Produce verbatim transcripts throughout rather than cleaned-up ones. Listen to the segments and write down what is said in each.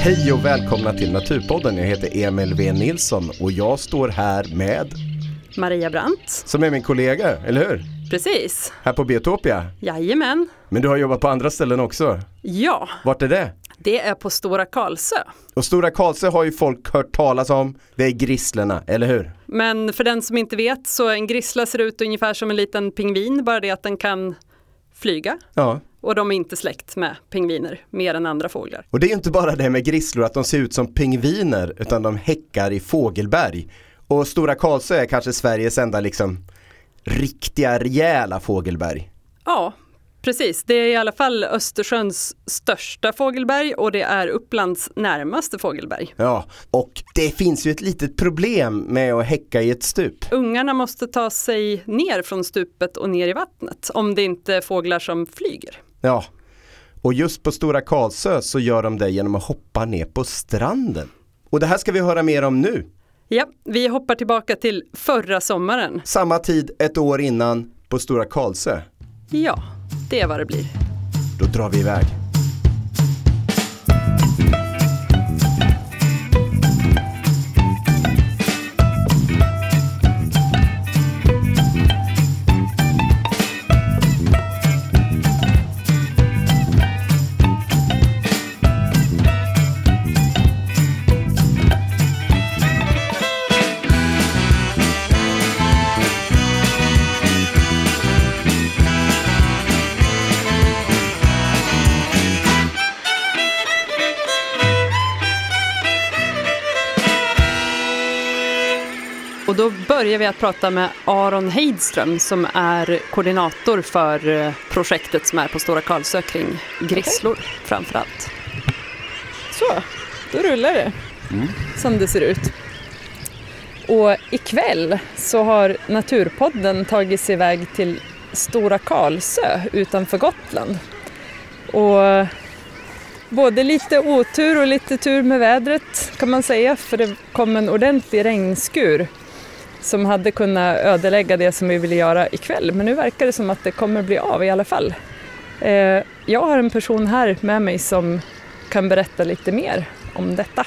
Hej och välkomna till Naturpodden. Jag heter Emil V. Nilsson och jag står här med Maria Brandt. Som är min kollega, eller hur? Precis. Här på Biotopia. Jajamän. Men du har jobbat på andra ställen också. Ja. Vart är det? Det är på Stora Karlsö. Och Stora Karlsö har ju folk hört talas om. Det är grisslerna, eller hur? Men för den som inte vet så en grissla ser ut ungefär som en liten pingvin. Bara det att den kan flyga. Ja. Och de är inte släkt med pingviner mer än andra fåglar. Och det är ju inte bara det med grisslor att de ser ut som pingviner utan de häckar i fågelberg. Och Stora Karlsö är kanske Sveriges enda liksom riktiga rejäla fågelberg. Ja, precis. Det är i alla fall Östersjöns största fågelberg och det är Upplands närmaste fågelberg. Ja, och det finns ju ett litet problem med att häcka i ett stup. Ungarna måste ta sig ner från stupet och ner i vattnet om det inte är fåglar som flyger. Ja, och just på Stora Karlsö så gör de det genom att hoppa ner på stranden. Och det här ska vi höra mer om nu. Ja, vi hoppar tillbaka till förra sommaren. Samma tid ett år innan på Stora Karlsö. Ja, det är vad det blir. Då drar vi iväg. Och då börjar vi att prata med Aron Heidström som är koordinator för projektet som är på Stora Karlsö kring grisslor okay. framförallt. Så, då rullar det mm. som det ser ut. Och ikväll så har Naturpodden tagit sig iväg till Stora Karlsö utanför Gotland. Och både lite otur och lite tur med vädret kan man säga, för det kom en ordentlig regnskur som hade kunnat ödelägga det som vi ville göra ikväll. Men nu verkar det som att det kommer bli av i alla fall. Eh, jag har en person här med mig som kan berätta lite mer om detta.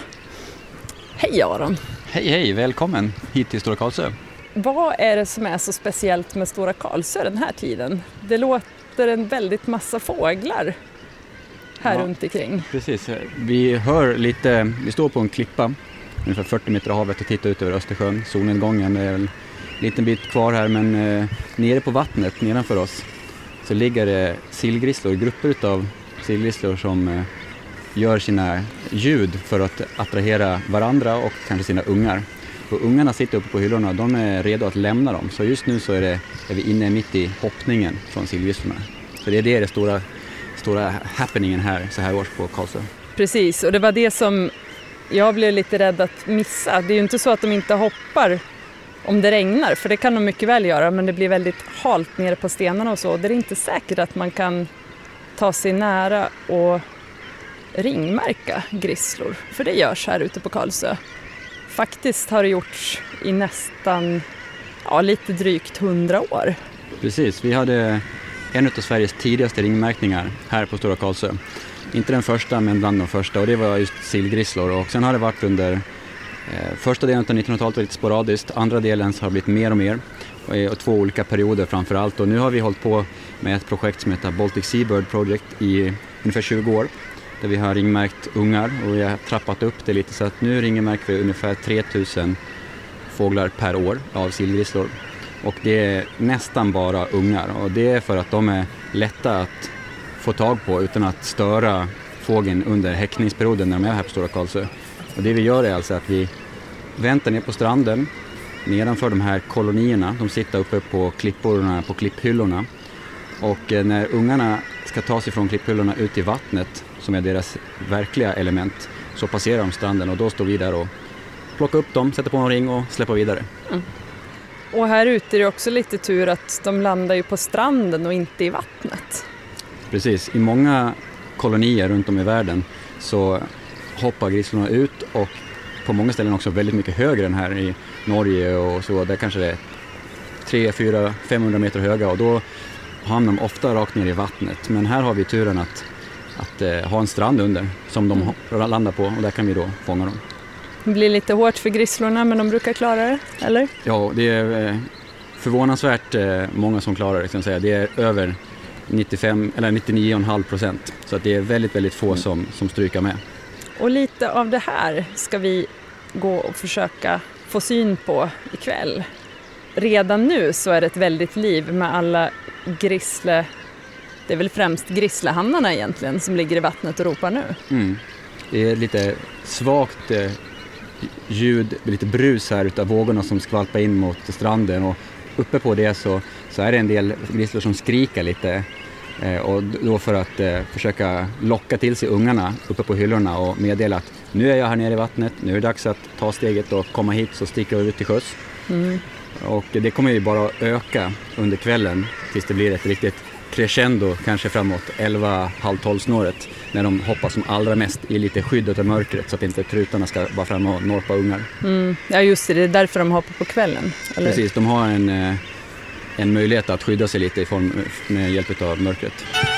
Hej Aron! Hej hej, välkommen hit till Stora Karlsö. Vad är det som är så speciellt med Stora Karlsö den här tiden? Det låter en väldigt massa fåglar här ja, runt omkring. Precis, vi hör lite, vi står på en klippa ungefär fyrtio meter av havet och tittar ut över Östersjön. Solnedgången är en liten bit kvar här, men eh, nere på vattnet nedanför oss så ligger det sillgrisslor, grupper av sillgrisslor som eh, gör sina ljud för att attrahera varandra och kanske sina ungar. Och ungarna sitter uppe på hyllorna och de är redo att lämna dem. Så just nu så är, det, är vi inne mitt i hoppningen från sillgrisslorna. Så det är det, det stora, stora happeningen här så här års på Karlsö. Precis, och det var det som jag blev lite rädd att missa. Det är ju inte så att de inte hoppar om det regnar, för det kan de mycket väl göra, men det blir väldigt halt nere på stenarna och så. Det är inte säkert att man kan ta sig nära och ringmärka grisslor, för det görs här ute på Karlsö. Faktiskt har det gjorts i nästan ja, lite drygt hundra år. Precis, vi hade en av Sveriges tidigaste ringmärkningar här på Stora Karlsö. Inte den första, men bland de första, och det var just sillgrisslor. Och sen har det varit under eh, första delen av nittonhundratalet lite sporadiskt, andra delen så har det blivit mer och mer. Och, och två olika perioder framförallt. Och nu har vi hållit på med ett projekt som heter Baltic Seabird Project i ungefär tjugo år. Där vi har ringmärkt ungar och vi har trappat upp det lite, så att nu ringmärker vi ungefär tre tusen fåglar per år av sillgrisslor. Och det är nästan bara ungar, och det är för att de är lätta att få tag på utan att störa fågeln under häckningsperioden när de är här på Stora Karlsö. Och det vi gör är alltså att vi väntar ner på stranden nedanför de här kolonierna. De sitter uppe på klipporna, på klipphyllorna. Och när ungarna ska ta sig från klipphyllorna ut i vattnet, som är deras verkliga element, så passerar de stranden och då står vi där och plockar upp dem, sätter på en ring och släpper vidare. Mm. Och här ute är det också lite tur att de landar ju på stranden och inte i vattnet. Precis, i många kolonier runt om i världen så hoppar grisslorna ut, och på många ställen också väldigt mycket högre än här i Norge och så. Där kanske det är tre, fyra, femhundra meter höga, och då hamnar de ofta rakt ner i vattnet. Men här har vi turen att att eh, ha en strand under som de mm. landar på, och där kan vi då fånga dem. Det blir lite hårt för grisslorna, men de brukar klara det, eller? Ja, det är eh, förvånansvärt eh, många som klarar det, kan jag säga. Det är över nittiofem eller nittionio komma fem procent, så att det är väldigt, väldigt få mm. som, som stryker med. Och lite av det här ska vi gå och försöka få syn på ikväll. Redan nu så är det ett väldigt liv med alla grissle, det är väl främst grisslehannarna egentligen, som ligger i vattnet och ropar nu. Mm. Det är lite svagt eh, ljud, lite brus här utav vågorna som skvalpar in mot stranden, och uppe på det så, så är det en del grisslor som skriker lite, eh, och då för att eh, försöka locka till sig ungarna uppe på hyllorna och meddela att nu är jag här nere i vattnet, nu är det dags att ta steget och komma hit, så sticker jag ut till sjöss. Mm. Och det kommer ju bara att öka under kvällen tills det blir ett riktigt crescendo, kanske framåt elva, halv tolv snåret, när de hoppar som allra mest i lite skydd av mörkret, så att inte trutarna ska vara framme och norpa ungar. Mm. Ja just det, det är därför de hoppar på kvällen. Eller? Precis, de har en, en möjlighet att skydda sig lite i form, med hjälp av mörkret.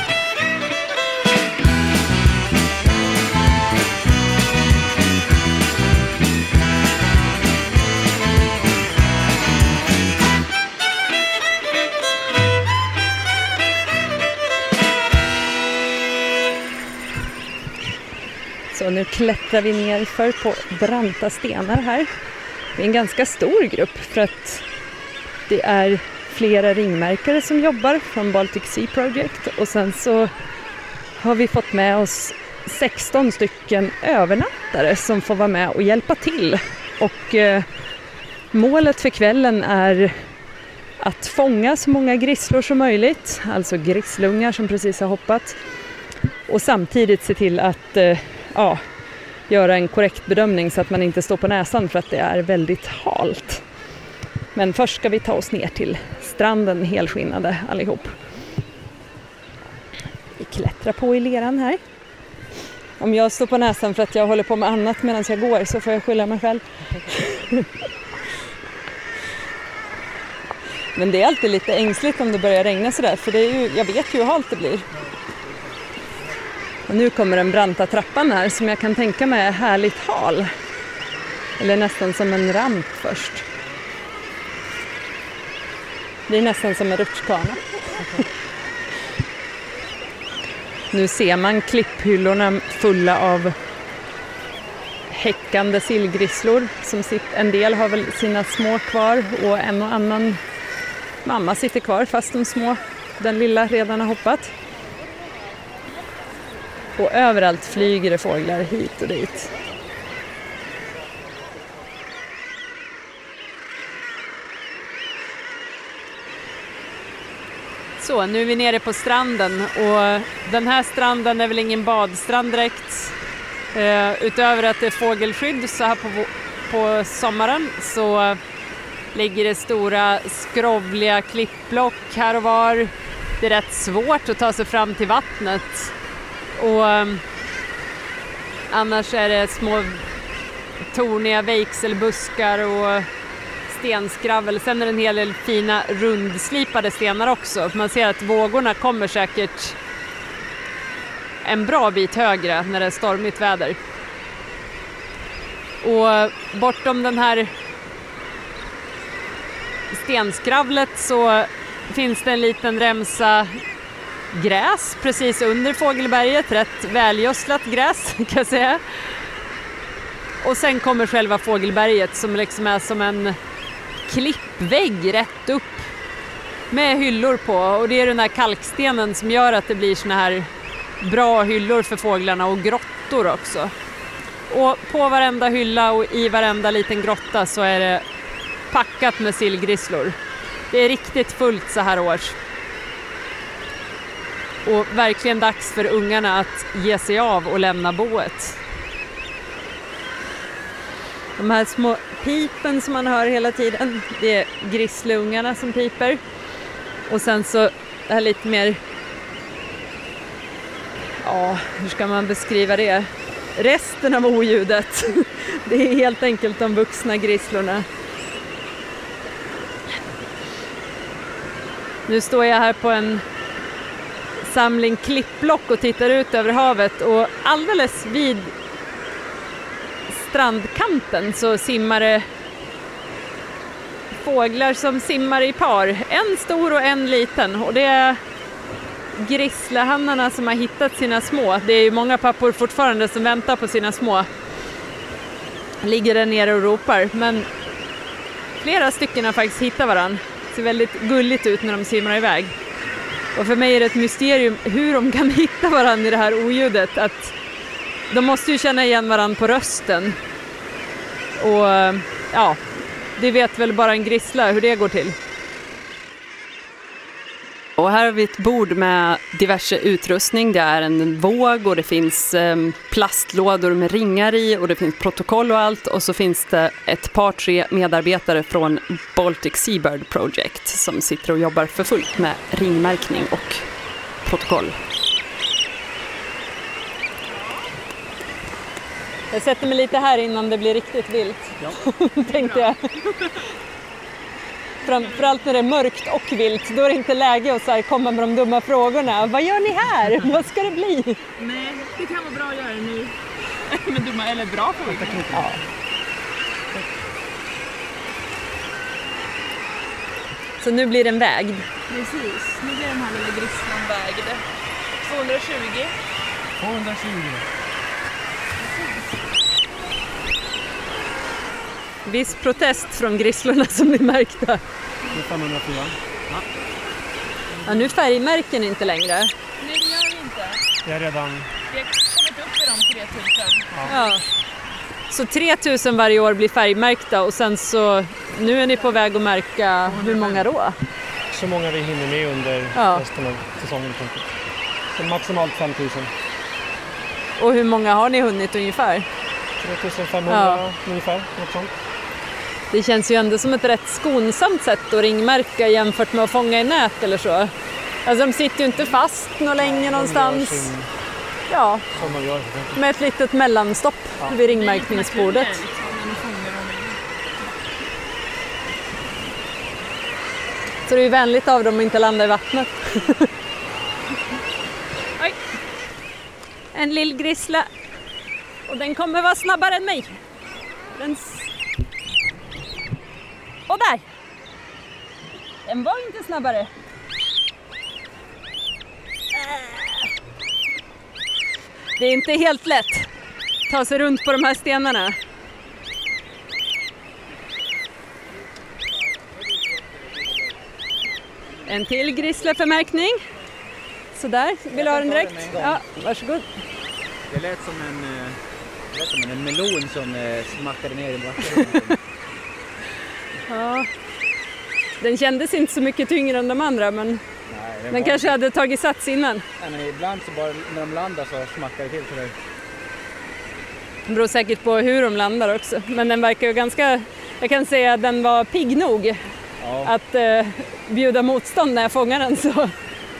Så nu klättrar vi ner för på branta stenar här. Det är en ganska stor grupp, för att det är flera ringmärkare som jobbar från Baltic Sea Project, och sen så har vi fått med oss sexton stycken övernattare som får vara med och hjälpa till. Och eh, målet för kvällen är att fånga så många grisslor som möjligt, alltså grisslungar som precis har hoppat, och samtidigt se till att eh, ja, göra en korrekt bedömning så att man inte står på näsan, för att det är väldigt halt. Men först ska vi ta oss ner till stranden helskinnade allihop. Vi klättrar på i leran här. Om jag står på näsan för att jag håller på med annat medan jag går, så får jag skylla mig själv. Men det är alltid lite ängsligt om det börjar regna sådär, för det är ju, jag vet ju hur halt det blir. Och nu kommer den branta trappan här, som jag kan tänka mig är härligt hal. Eller nästan som en ramp först. Det är nästan som en rutschkana. Nu ser man klipphyllorna fulla av häckande sillgrisslor. Som sitter, en del har väl sina små kvar, och en och annan mamma sitter kvar fast de små, den lilla redan har hoppat. Och överallt flyger det fåglar hit och dit. Så, nu är vi nere på stranden, och den här stranden är väl ingen badstrand direkt. Uh, utöver att det är fågelskydd så här på, på sommaren så ligger det stora skrovliga klippblock här och var. Det är rätt svårt att ta sig fram till vattnet. Och um, annars är det små torniga växelbuskar och stenskravel. Sen är det en hel del fina rundslipade stenar också. Man ser att vågorna kommer säkert en bra bit högre när det är stormigt väder. Och bortom den här stenskravlet så finns det en liten remsa gräs precis under fågelberget, rätt välgödslat gräs kan jag säga. Och sen kommer själva fågelberget som liksom är som en klippvägg rätt upp med hyllor på, och det är den här kalkstenen som gör att det blir såna här bra hyllor för fåglarna, och grottor också. Och på varenda hylla och i varenda liten grotta så är det packat med sillgrisslor. Det är riktigt fullt så här års. Och verkligen dags för ungarna att ge sig av och lämna boet. De här små pipen som man hör hela tiden, det är grisslungarna som piper. Och sen så det här lite mer, ja, hur ska man beskriva det? Resten av oljudet, det är helt enkelt de vuxna grisslorna. Nu står jag här på en samling klippblock och tittar ut över havet, och alldeles vid strandkanten så simmar det fåglar som simmar i par. En stor och en liten, och det är grisslehannarna som har hittat sina små. Det är ju många pappor fortfarande som väntar på sina små. Ligger där nere och ropar, men flera stycken har faktiskt hittat varann. Det ser väldigt gulligt ut när de simmar iväg. Och för mig är det ett mysterium hur de kan hitta varann i det här oljudet. Att de måste ju känna igen varann på rösten. Och ja, det vet väl bara en grissla hur det går till. Och här har vi ett bord med diverse utrustning. Det är en våg och det finns eh, plastlådor med ringar i och det finns protokoll och allt. Och så finns det ett par tre medarbetare från Baltic Seabird Project som sitter och jobbar för fullt med ringmärkning och protokoll. Jag sätter mig lite här innan det blir riktigt vilt, ja. Tänkte jag. Framförallt när det är mörkt och vilt, då är det inte läge att så här komma med de dumma frågorna. Vad gör ni här? Vad ska det bli? Nej, det kan vara bra att göra nu. Men dumma eller bra frågor. Ja. Så nu blir den vägd. Precis, nu blir den här lilla grisslan vägd. tvåhundratjugo. tvåhundratjugo. Viss protest från grisslorna som blir märkta. femhundrafyra. Ja. Ja, nu färgmärken inte längre. Nej, det gör vi inte. Det är redan... Vi har kommit upp i de tre tusen. Ja. Ja. Så tre tusen varje år blir färgmärkta och sen så, nu är ni på väg att märka hur många då? Så många vi hinner med under ja. resten av säsongen. Så maximalt fem tusen. Och hur många har ni hunnit ungefär? tre tusen femhundra ja. Ungefär, något sånt. Det känns ju ändå som ett rätt skonsamt sätt att ringmärka jämfört med att fånga i nät eller så. Alltså de sitter ju inte fast något länge ja, någonstans. Sin... Ja, som de gör. Med ett litet mellanstopp ja. Vid ringmärkningsbordet. Så det är ju vänligt av dem att inte landa i vattnet. Oj. En lill grissla. Och den kommer vara snabbare än mig. Den... Och där! Den var inte snabbare. Det är inte helt lätt att ta sig runt på de här stenarna. En till grissleförmärkning. Så där, vill du ha den direkt? Ja, varsågod. Det lät som en, det lät som en melon som smackade ner i vattnet. Ja, den kändes inte så mycket tyngre än de andra, men nej, den, den kanske hade tagit sats innan. Nej, men ibland så bara när de landar så smackar det till för det. Det beror säkert på hur de landar också, men den verkar ju ganska, jag kan säga att den var pigg nog ja. Att eh, bjuda motstånd när jag fångar den så.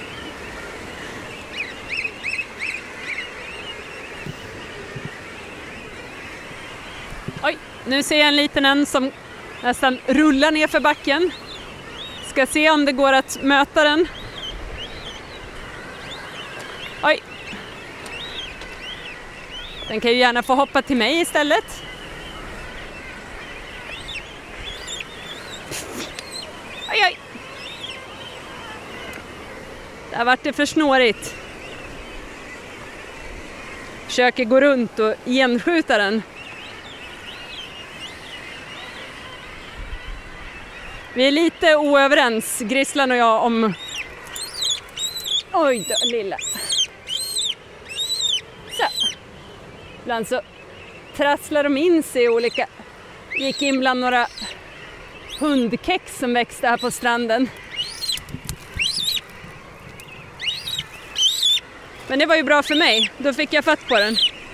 Oj, nu ser jag en liten en som nästan rullar ner för backen. Ska se om det går att möta den. Oj. Den kan ju gärna få hoppa till mig istället. Oj, oj. Där vart det för snårigt. Försöker gå runt och genskjuta den. Vi är lite oöverens, Grisslan och jag, om... Oj då, lilla. Så. Ibland så trasslar de in sig i olika... Gick in bland några hundkex som växte här på stranden. Men det var ju bra för mig, då fick jag fatt på den.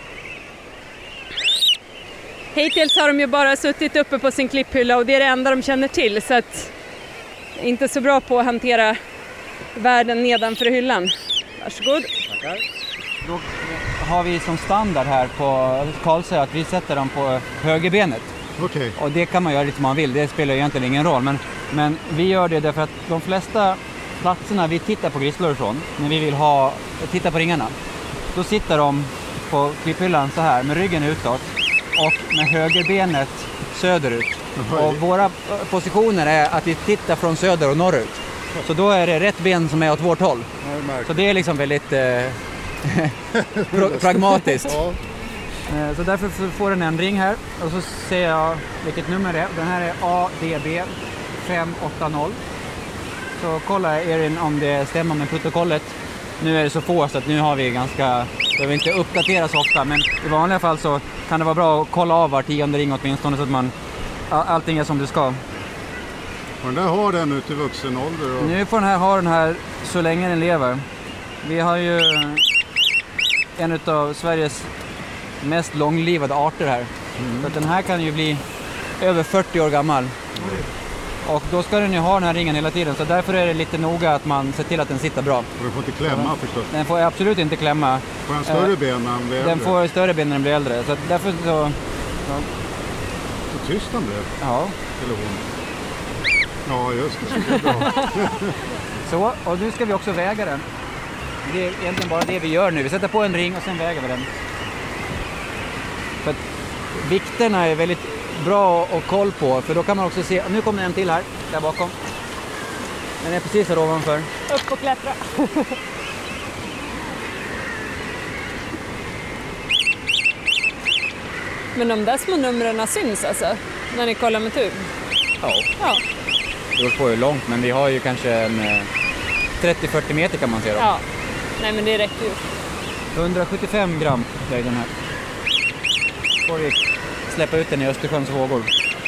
Hittills har de ju bara suttit uppe på sin klipphylla och det är det enda de känner till, så att inte så bra på att hantera världen nedanför hyllan. Varsågod. Tackar. Då har vi som standard här på Karlsö att vi sätter dem på högerbenet. Okej. Och det kan man göra lite som man vill, det spelar egentligen ingen roll. Men, men vi gör det därför att de flesta platserna vi tittar på grisslor ifrån, när vi vill ha, titta på ringarna, då sitter de på klipphyllan så här med ryggen utåt och med högerbenet söderut. Och våra positioner är att vi tittar från söder och norrut. Så då är det rätt ben som är åt vårt håll. Så det är liksom väldigt eh, pro- pragmatiskt. Ja. Så därför får den en ring här och så ser jag vilket nummer det är. Den här är A D B fem åtta noll. Så kolla Erin om det stämmer med protokollet. Nu är det så få så att nu har vi ganska, behöver inte uppdatera så ofta, men i vanliga fall så kan det vara bra att kolla av var tionde ring åtminstone så att man, allting är som det ska. Och den där har den ut i vuxen ålder? Och... Nu får den här ha den här så länge den lever. Vi har ju en av Sveriges mest långlivade arter här. Mm. Så att den här kan ju bli över fyrtio år gammal. Mm. Och då ska den ju ha den här ringen hela tiden. Så därför är det lite noga att man ser till att den sitter bra. Och den får inte klämma den, förstås. Den får absolut inte klämma. Får den större uh, ben när den blir äldre? Den får större ben när den blir äldre. Så därför så... Ja. Så tyst den blev. Ja. Eller hon. Ja, just det. Så, det är bra. Så, och nu ska vi också väga den. Det är egentligen bara det vi gör nu. Vi sätter på en ring och sen väger vi den. För att vikterna är väldigt bra att koll på. För då kan man också se, nu kommer en till här, där bakom. Den är precis här ovanför. Upp och klättra. Men de där små numren syns alltså, när ni kollar med tub? Ja. Ja. Det beror på hur långt, men vi har ju kanske en trettio till fyrtio meter kan man se dem. Ja, nej men det räcker ju. hundrasjuttiofem gram väger den här. Får vi släppa ut den i Östersjöns vågor.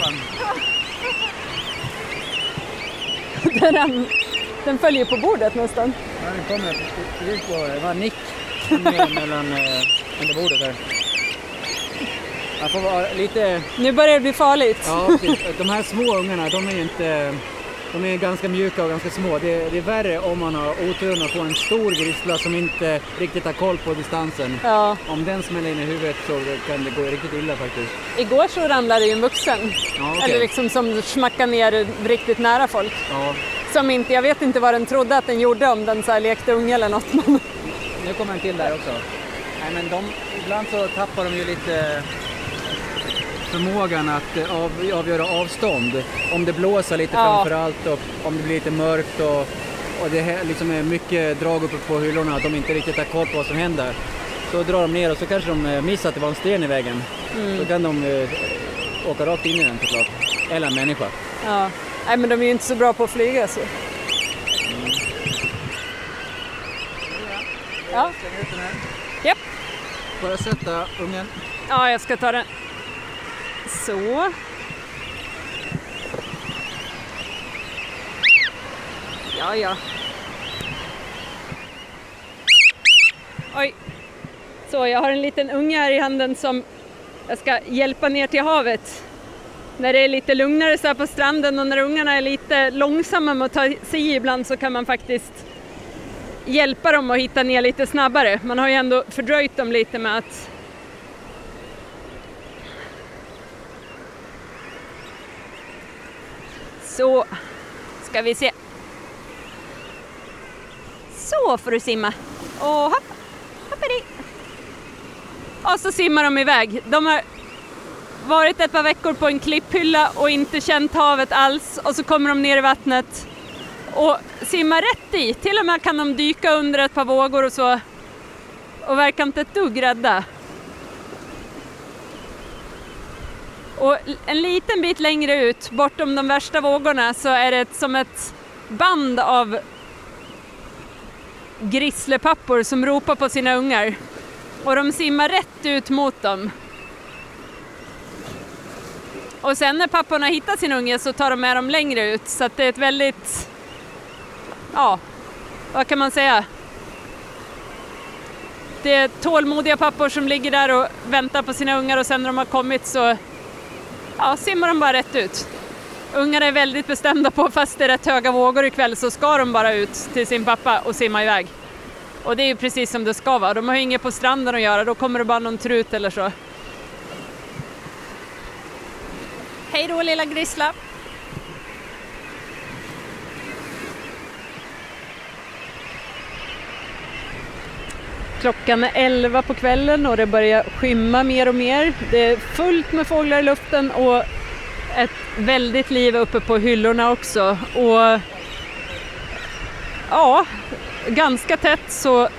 den, den följer på bordet nästan. Ja, den kommer ut på, det var nick mellan under bordet här. Man får vara lite... Nu börjar det bli farligt. Ja, precis. De här små ungarna, de är ju inte... De är ganska mjuka och ganska små. Det, det är värre om man har oturen att få en stor grissla som inte riktigt har koll på distansen. Ja. Om den smäller in i huvudet så kan det gå riktigt illa faktiskt. Igår så ramlade ju en vuxen. Ja, okay. Eller liksom som smackade ner riktigt nära folk. Ja. Som inte, jag vet inte vad den trodde att den gjorde, om den så här lekte unge eller något. Nu kommer en till där också. Nej, men de, ibland så tappar de ju lite... förmågan att av, avgöra avstånd. Om det blåser lite ja. framförallt och om det blir lite mörkt och, och det här liksom är mycket drag uppe på hyllorna att de inte riktigt har koll på vad som händer. Så drar de ner och så kanske de missar att det var en sten i vägen. Mm. Så kan de uh, åka rakt in i den såklart. Eller en människa. Ja, nej men de är ju inte så bra på att flyga så. Mm. Ja. Släng ut den här. Japp. Bara sätta ungen. Ja, jag ska ta den. Så. Ja, ja. Oj. Så, jag har en liten unge här i handen som jag ska hjälpa ner till havet. När det är lite lugnare så här på stranden och när ungarna är lite långsamma med att ta sig i ibland så kan man faktiskt hjälpa dem att hitta ner lite snabbare. Man har ju ändå fördröjt dem lite med att så ska vi se. Så får du simma. Och hopp, hoppa dit. Och så simmar de iväg. De har varit ett par veckor på en klipphylla och inte känt havet alls. Och så kommer de ner i vattnet och simmar rätt i. Till och med kan de dyka under ett par vågor och så. Och verkar inte ett dugg rädda. Och en liten bit längre ut, bortom de värsta vågorna, så är det som ett band av grisslepappor som ropar på sina ungar. Och de simmar rätt ut mot dem. Och sen när papporna hittar sin unge så tar de med dem längre ut. Så att det är ett väldigt, ja, vad kan man säga? Det är tålmodiga pappor som ligger där och väntar på sina ungar och sen när de har kommit så ja, simmar de bara rätt ut. Ungarna är väldigt bestämda på, fast det är rätt höga vågor ikväll så ska de bara ut till sin pappa och simma iväg. Och det är ju precis som det ska vara. De har ju inget på stranden att göra, då kommer det bara någon trut eller så. Hej då lilla grissla. Klockan är elva på kvällen och det börjar skymma mer och mer. Det är fullt med fåglar i luften och ett väldigt liv uppe på hyllorna också. Och ja, ganska tätt så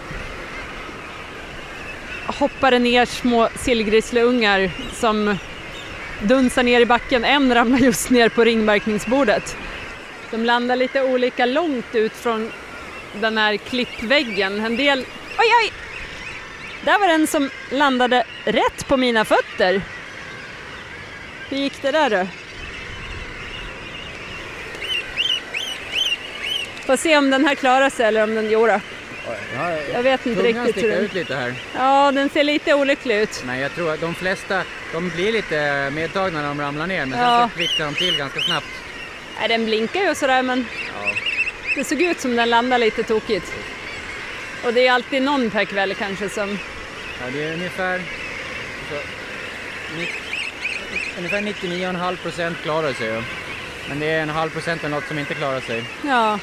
hoppar det ner små sillgrisslungar som dunsar ner i backen. En ramlar just ner på ringmärkningsbordet. De landar lite olika långt ut från den här klippväggen. En del... Oj, oj! Där var den som landade rätt på mina fötter. Hur gick det där då? Får se om den här klarar sig eller om den gjorde. Jag vet inte riktigt hur den... ut lite här. Ja, den ser lite olycklig ut. Men jag tror att de flesta, de blir lite medtagna när de ramlar ner. Men Ja. sen så kvickar de till ganska snabbt. Nej, den blinkar ju sådär, men Ja. det såg ut som den landade lite tokigt. Och det är alltid någon per kväll kanske som... Ja, det är ungefär, så, nitt, ungefär nittionio komma fem procent klarar sig. Ja. Men det är en halv procent eller något som inte klarar sig. Ja.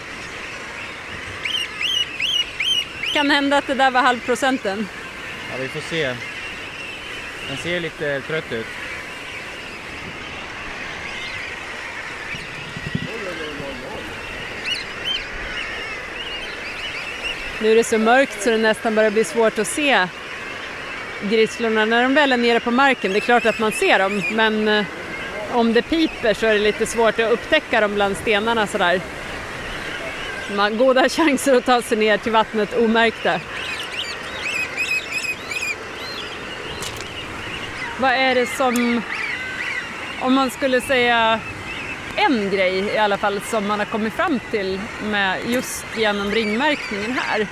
Kan hända att det där var halvprocenten. Ja, vi får se. Den ser lite trött ut. Nu är det så mörkt så det nästan börjar bli svårt att se grisslorna när de väl är nere på marken. Det är klart att man ser dem, men eh, om det piper så är det lite svårt att upptäcka dem bland stenarna sådär. Man har goda chanser att ta sig ner till vattnet omärkta. Vad är det som, om man skulle säga en grej i alla fall som man har kommit fram till med just genom ringmärkningen här?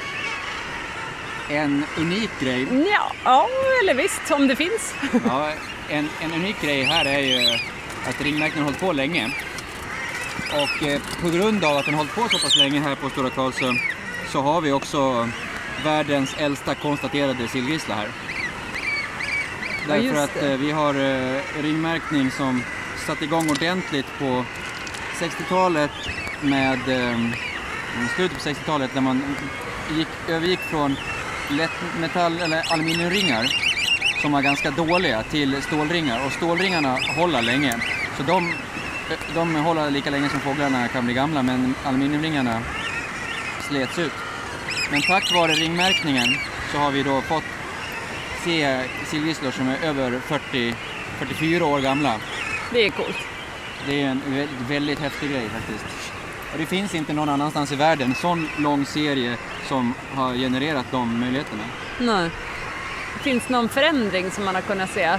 En unik grej. Ja, ja eller visst, om det finns. Ja, en, en unik grej här är ju att ringmärkningen har hållit på länge. Och eh, på grund av att den har hållit på så pass länge här på Stora Karlsö så har vi också världens äldsta konstaterade sillgrissla här. Ja, just Därför att det. eh, vi har eh, ringmärkning som satt igång ordentligt på sextiotalet med eh, slutet på sextiotalet där man gick, övergick från lättmetall eller aluminiumringar som var ganska dåliga till stålringar, och stålringarna håller länge. Så de, de håller lika länge som fåglarna kan bli gamla, men aluminiumringarna slets ut. Men tack vare ringmärkningen så har vi då fått se sillgrisslor som är över fyrtio till fyrtiofyra år gamla. Det är coolt. Det är en väldigt, väldigt häftig grej faktiskt. Och det finns inte någon annanstans i världen en sån lång serie som har genererat de möjligheterna. Nej. Finns någon förändring som man har kunnat se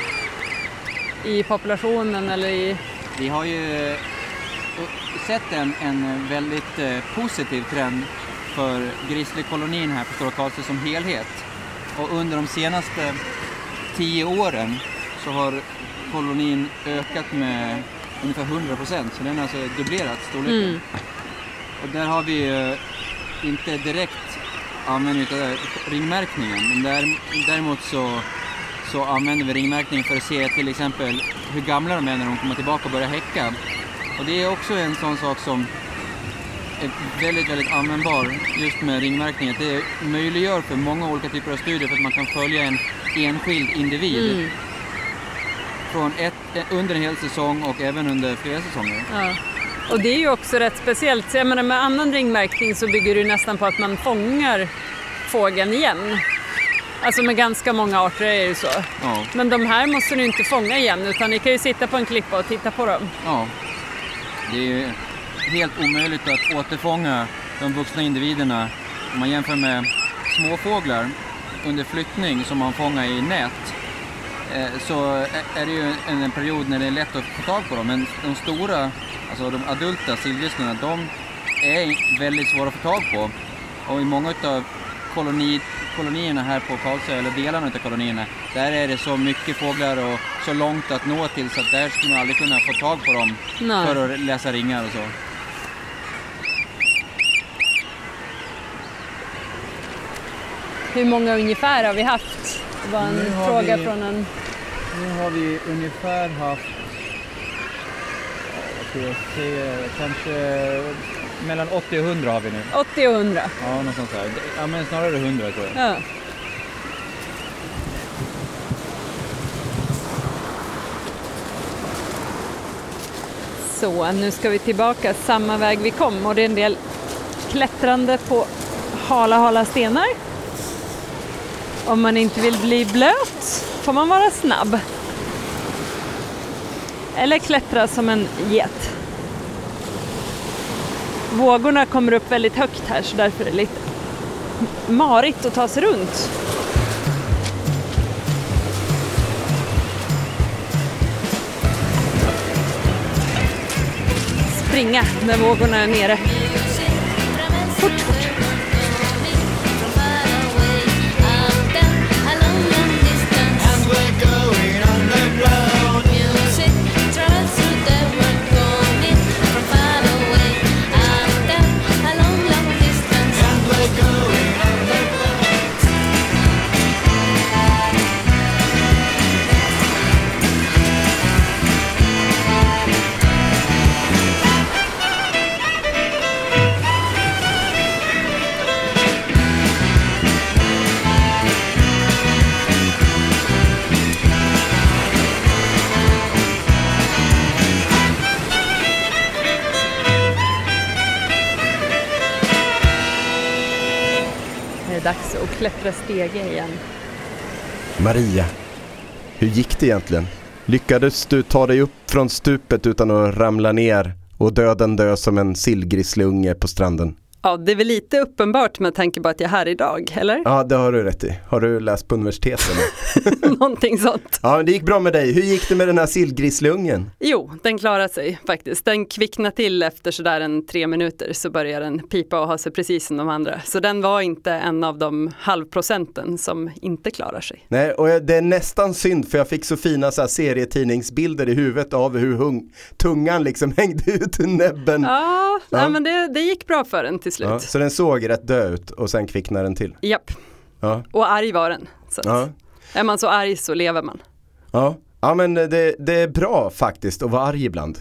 i populationen eller i... Vi har ju sett en, en väldigt eh, positiv trend för grizzlykolonin här på Stora Karlsö som helhet. Och under de senaste tio åren så har kolonin ökat med ungefär hundra procent. Så den har alltså dubblerat storleken. Mm. Och där har vi eh, inte direkt använt av ringmärkningen. Men där, däremot så, så använder vi ringmärkningen för att se till exempel hur gamla de är när de kommer tillbaka och börjar häcka. Och det är också en sån sak som är väldigt, väldigt användbar just med ringmärkningen. Det möjliggör för många olika typer av studier för att man kan följa en enskild individ. Mm. Från ett, under en hel säsong och även under flera säsonger. Ja. Och det är ju också rätt speciellt. Så jag menar, med annan ringmärkning så bygger det ju nästan på att man fångar fågeln igen. Alltså med ganska många arter är det ju så. Ja. Men de här måste ni inte fånga igen, utan ni kan ju sitta på en klippa och titta på dem. Ja. Det är ju helt omöjligt att återfånga de vuxna individerna om man jämför med småfåglar under flyttning som man fångar i nät. Så är det ju en period när det är lätt att få tag på dem, men de stora, alltså de adulta sillgrisslorna, de är väldigt svåra att få tag på. Och i många av koloni, kolonierna här på Karlsö, eller delarna av kolonierna, där är det så mycket fåglar och så långt att nå till så att där skulle man aldrig kunna få tag på dem. Nej. För att läsa ringar och så. Hur många ungefär har vi haft? Det var en fråga vi, från en... Nu har vi ungefär haft, ska jag se, kanske mellan åttio och hundra har vi nu. åttio och hundra. Ja, något sånt där. Ja, men snarare hundra tror jag. Ja. Så, nu ska vi tillbaka samma väg vi kom och det är en del klättrande på hala, hala stenar. Om man inte vill bli blöt får man vara snabb. Eller klättra som en get. Vågorna kommer upp väldigt högt här så därför är det lite marigt att ta sig runt. Springa när vågorna är nere. Fort, fort. Dags att klättra stege igen. Maria, hur gick det egentligen? Lyckades du ta dig upp från stupet utan att ramla ner och döden dö som en sillgrisslunge på stranden? Ja, det är väl lite uppenbart med tanke på att jag är här idag, eller? Ja, det har du rätt i. Har du läst på universitetet? Någonting sånt. Ja, men det gick bra med dig. Hur gick det med den här sillgrisslungen? Jo, den klarar sig faktiskt. Den kvicknar till efter sådär en tre minuter så börjar den pipa och ha sig precis som de andra. Så den var inte en av de halvprocenten som inte klarar sig. Nej, och det är nästan synd för jag fick så fina så här serietidningsbilder i huvudet av hur hung, tungan liksom hängde ut ur näbben. Ja, ja. Nej, men det, det gick bra för den till slut. Ja, så den såg rätt död ut och sen kvicknade den till. Japp. Ja. Och arg var den. Så att Ja. är man så arg så lever man. Ja, ja men det, det är bra faktiskt att vara arg ibland.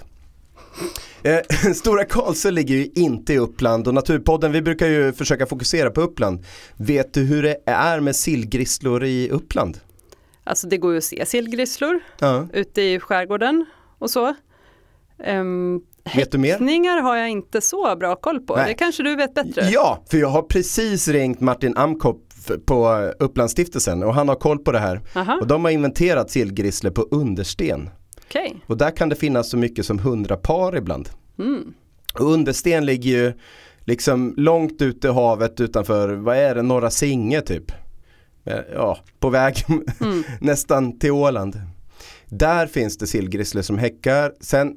Eh, Stora Karlsö ligger ju inte i Uppland och Naturpodden, vi brukar ju försöka fokusera på Uppland. Vet du hur det är med sillgrisslor i Uppland? Alltså det går ju att se sillgrisslor Ja. ute i skärgården och så. Um, Vet du mer? Häckningar har jag inte så bra koll på. Nej. Det kanske du vet bättre. Ja, för jag har precis ringt Martin Amkopp på Upplandsstiftelsen och han har koll på det här. Aha. Och de har inventerat sillgrisslor på understen. Okej. Och där kan det finnas så mycket som hundra par ibland. Mm. Och understen ligger ju liksom långt ute i havet utanför, vad är det, Norra Singe typ. Ja, på väg Mm. nästan till Åland. Där finns det sillgrisslor som häckar. Sen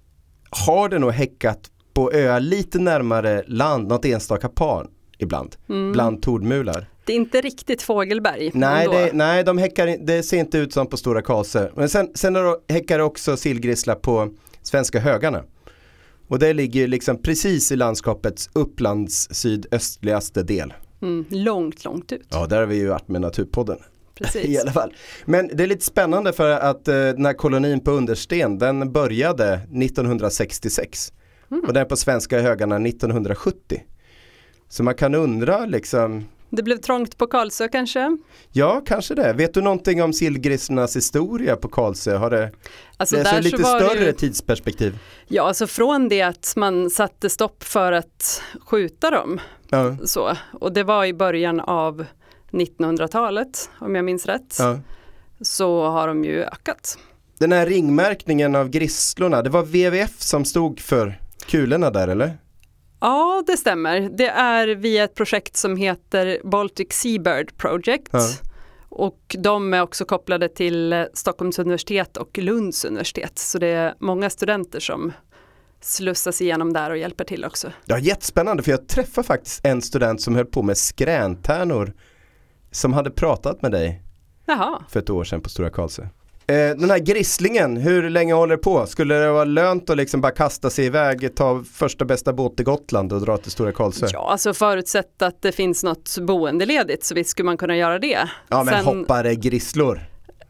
har det nog häckat på öar lite närmare land, något enstaka par ibland. Mm. Bland tordmular. Det är inte riktigt fågelberg. Nej, ändå. det, nej de häckar, det ser inte ut som på Stora Karlsö. Men sen, sen häckar det också sillgrisslar på Svenska Högarna. Och det ligger ju liksom precis i landskapets Upplands sydöstligaste del. Mm. Långt, långt ut. Ja, där har vi ju varit med Naturpodden. Precis. I alla fall. Men det är lite spännande för att eh, den här kolonin på Understen, den började nittonhundrasextiosex. Mm. Och den är på Svenska Högarna nittonhundrasjuttio. Så man kan undra liksom... Det blev trångt på Karlsö kanske? Ja, kanske det. Vet du någonting om sillgrisslarnas historia på Karlsö? Har det, Alltså det är där så lite så större ju... tidsperspektiv? Ja, alltså från det att man satte stopp för att skjuta dem. Ja. Så. Och det var i början av nittonhundratalet, om jag minns rätt. Ja. Så har de ju ökat. Den här ringmärkningen av grisslorna, det var W W F som stod för kulorna där, eller? Ja, det stämmer. Det är via ett projekt som heter Baltic Seabird Project. Ja. Och de är också kopplade till Stockholms universitet och Lunds universitet. Så det är många studenter som slussas igenom där och hjälper till också. Ja, jättespännande, för jag träffade faktiskt en student som höll på med skräntärnor som hade pratat med dig Jaha. för ett år sedan på Stora Karlsö. Eh, den här grisslingen, hur länge håller det på? Skulle det vara lönt att liksom bara kasta sig iväg, ta första bästa båt till Gotland och dra till Stora Karlsö? Ja, alltså förutsatt att det finns något boende ledigt så visst skulle man kunna göra det. Ja, men Sen, hoppar det grisslor?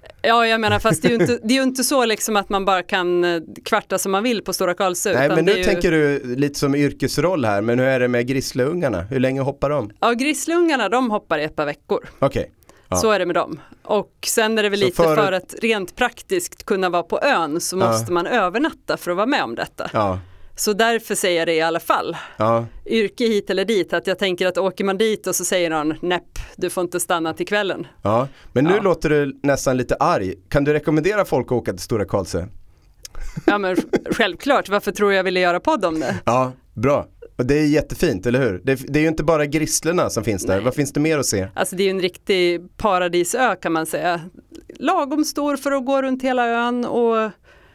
Ja, jag menar, fast det är ju inte, det är ju inte så liksom att man bara kan kvarta som man vill på Stora Karlsö. Nej, men nu ju... tänker du lite som yrkesroll här, men hur är det med grissleungarna? Hur länge hoppar de? Ja, grissleungarna, de hoppar i ett par veckor. Okej. Okay. Ja. Så är det med dem. Och sen är det väl så lite för... för att rent praktiskt kunna vara på ön så måste ja. man övernatta för att vara med om detta. Ja. Så därför säger jag det i alla fall. Ja. Yrke hit eller dit, att jag tänker att åker man dit och så säger någon, näpp, du får inte stanna till kvällen. Ja, men nu ja. låter du nästan lite arg. Kan du rekommendera folk att åka till Stora Karlsö? Ja, men självklart. Varför tror jag ville göra podd om det? Ja, bra. Och det är jättefint, eller hur? Det, det är ju inte bara grisslorna som finns där. Nej. Vad finns det mer att se? Alltså det är ju en riktig paradisö kan man säga. Lagom stor för att gå runt hela ön och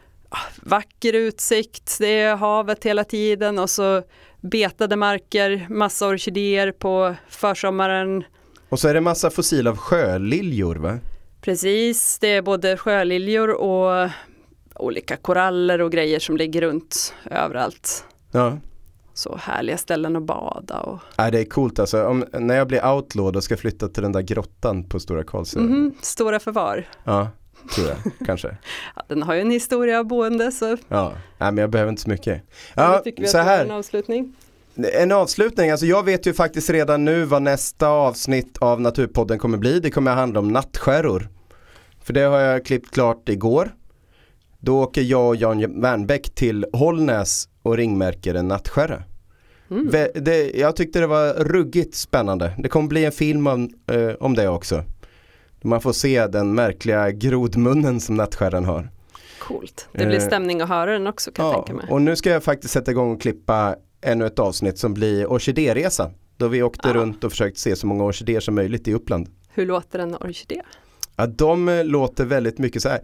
vacker utsikt. Det är havet hela tiden och så betade marker, massa orkidéer på försommaren. Och så är det massa fossil av sjöliljor, va? Precis, det är både sjöliljor och olika koraller och grejer som ligger runt överallt. Ja. Så härliga ställen att bada. Och... Ja, det är coolt alltså. Om, när jag blir outlaw och ska flytta till den där grottan på Stora Karlsö. Mm-hmm. Stora förvar. Ja, tror jag. Kanske. Ja, den har ju en historia av boende. Så... Ja, nej, men jag behöver inte så mycket. Ja, tycker vi så att här. En avslutning. En avslutning, alltså jag vet ju faktiskt redan nu vad nästa avsnitt av Naturpodden kommer bli. Det kommer att handla om nattskärror. För det har jag klippt klart igår. Då åker jag och Jan Wernbäck till Hållnäs och ringmärker en nattskärra. Mm. Det, jag tyckte det var ruggigt spännande. Det kommer bli en film om, eh, om det också. Man får se den märkliga grodmunnen som nattskärran har. Coolt. Det blir stämning att höra den också kan ja, jag tänka mig. Och nu ska jag faktiskt sätta igång och klippa ännu ett avsnitt som blir orkidéresa. Då vi åkte ah. runt och försökt se så många orkidéer som möjligt i Uppland. Hur låter en orkidé? Ja, de låter väldigt mycket så här.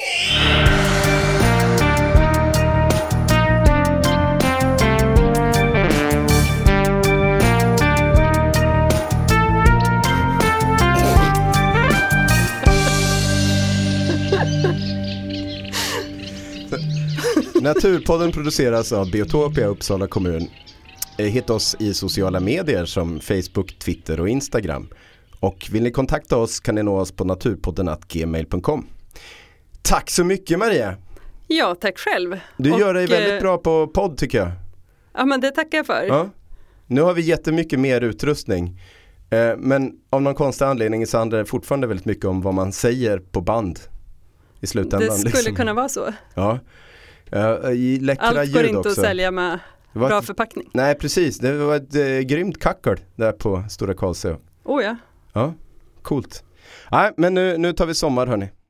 Naturpodden produceras av Biotopia Uppsala kommun. Hitta oss i sociala medier som Facebook, Twitter och Instagram. Och vill ni kontakta oss kan ni nå oss på naturpodden at gmail punkt com. Tack så mycket Maria! Ja, tack själv. Du och, gör dig väldigt bra på podd tycker jag. Ja, men det tackar jag för. Ja. Nu har vi jättemycket mer utrustning. Eh, men av någon konstig anledning så handlar det fortfarande väldigt mycket om vad man säger på band i slutändan. Det skulle liksom. kunna vara så. Ja. Uh, läckra Allt går ljud inte också. Att sälja med bra ett, förpackning. Nej, precis. Det var ett eh, grymt kackel där på Stora Karlsö. Oh ja. Ja, coolt. Nej, men nu, nu tar vi sommar hörni.